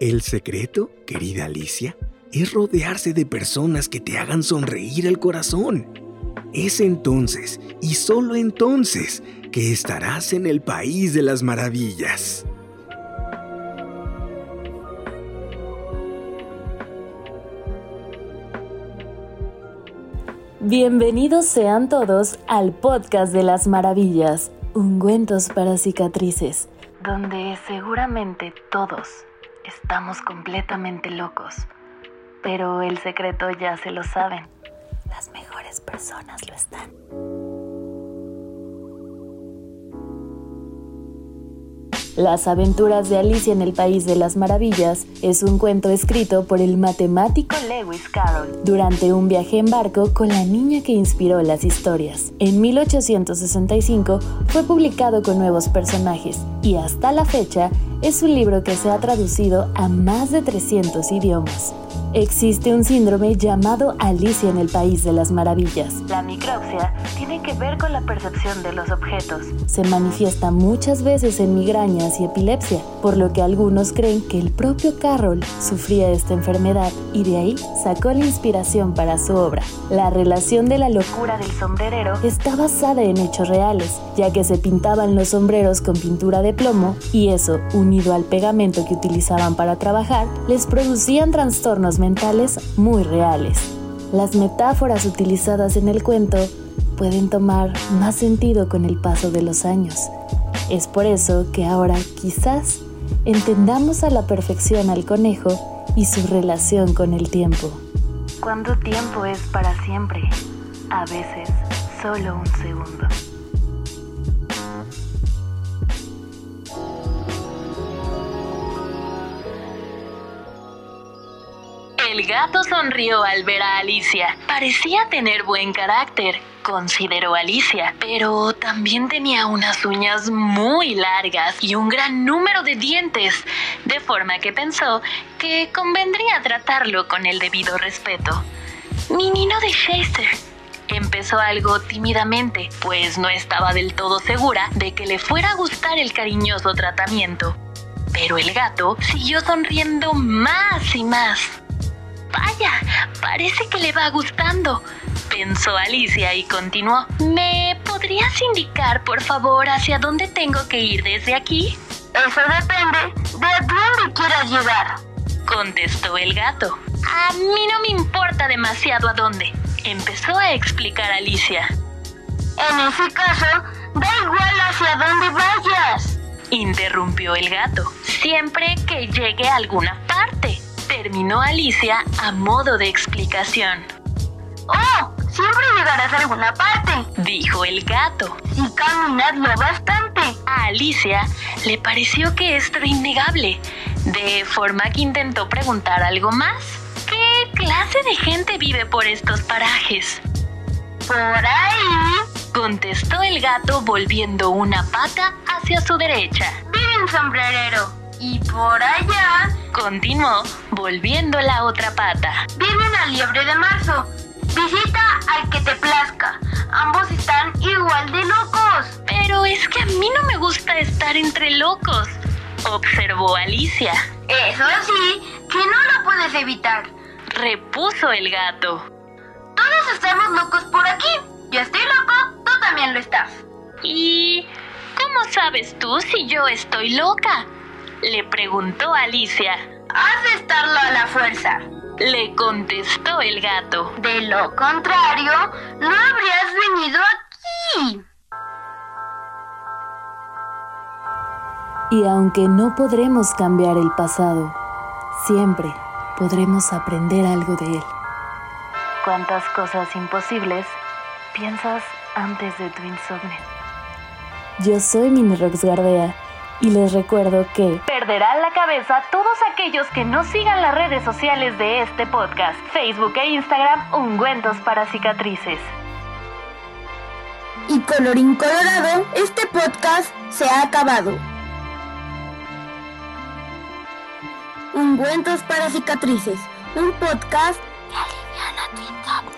El secreto, querida Alicia, es rodearse de personas que te hagan sonreír el corazón. Es entonces, y solo entonces, que estarás en el país de las maravillas. Bienvenidos sean todos al podcast de las maravillas, ungüentos para cicatrices, donde seguramente todos estamos completamente locos, pero el secreto ya se lo saben. Las mejores personas lo están. Las aventuras de Alicia en el País de las Maravillas es un cuento escrito por el matemático Lewis Carroll durante un viaje en barco con la niña que inspiró las historias. En 1865 fue publicado con nuevos personajes y hasta la fecha es un libro que se ha traducido a más de 300 idiomas. Existe un síndrome llamado Alicia en el País de las Maravillas. La micropsia tiene que ver con la percepción de los objetos. Se manifiesta muchas veces en migrañas y epilepsia, por lo que algunos creen que el propio Carroll sufría esta enfermedad y de ahí sacó la inspiración para su obra. La relación de la locura del sombrerero está basada en hechos reales, ya que se pintaban los sombreros con pintura de plomo y eso, unido al pegamento que utilizaban para trabajar, les producían trastornos mentales muy reales. Las metáforas utilizadas en el cuento pueden tomar más sentido con el paso de los años. Es por eso que ahora quizás entendamos a la perfección al conejo y su relación con el tiempo. ¿Cuánto tiempo es para siempre? A veces solo un segundo. El gato sonrió al ver a Alicia. Parecía tener buen carácter, consideró Alicia, pero también tenía unas uñas muy largas y un gran número de dientes, de forma que pensó que convendría tratarlo con el debido respeto. «Menino de Chester», empezó algo tímidamente, pues no estaba del todo segura de que le fuera a gustar el cariñoso tratamiento. Pero el gato siguió sonriendo más y más. «Vaya, parece que le va gustando», pensó Alicia y continuó. «¿Me podrías indicar, por favor, hacia dónde tengo que ir desde aquí?» «Eso depende de dónde quieras llegar», contestó el gato. «A mí no me importa demasiado a dónde», empezó a explicar Alicia. «En ese caso, da igual hacia dónde vayas», interrumpió el gato. «Siempre que llegue a alguna parte», terminó Alicia a modo de explicación. «Oh, siempre llegarás a alguna parte», dijo el gato. «Si caminas lo bastante». A Alicia le pareció que esto era innegable, de forma que intentó preguntar algo más. ¿Qué clase de gente vive por estos parajes? «Por ahí», contestó el gato volviendo una pata hacia su derecha. «Vive un sombrerero. Y por allá», continuó volviendo la otra pata, «vive una liebre de marzo. Visita al que te plazca. Ambos están igual de locos». «Pero es que a mí no me gusta estar entre locos», observó Alicia. «Eso sí, que no lo puedes evitar», repuso el gato. «Todos estamos locos por aquí. Yo estoy loco, tú también lo estás». «¿Y cómo sabes tú si yo estoy loca?», le preguntó Alicia. «Has de estarlo a la fuerza», le contestó el gato. «De lo contrario, no habrías venido aquí». Y aunque no podremos cambiar el pasado, siempre podremos aprender algo de él. ¿Cuántas cosas imposibles piensas antes de tu insomnio? Yo soy Mini Rox Gardea y les recuerdo que perderán la cabeza todos aquellos que no sigan las redes sociales de este podcast, Facebook e Instagram, ungüentos para cicatrices. Y colorín colorado, este podcast se ha acabado. Ungüentos para cicatrices, un podcast que aliviana tu insomnio.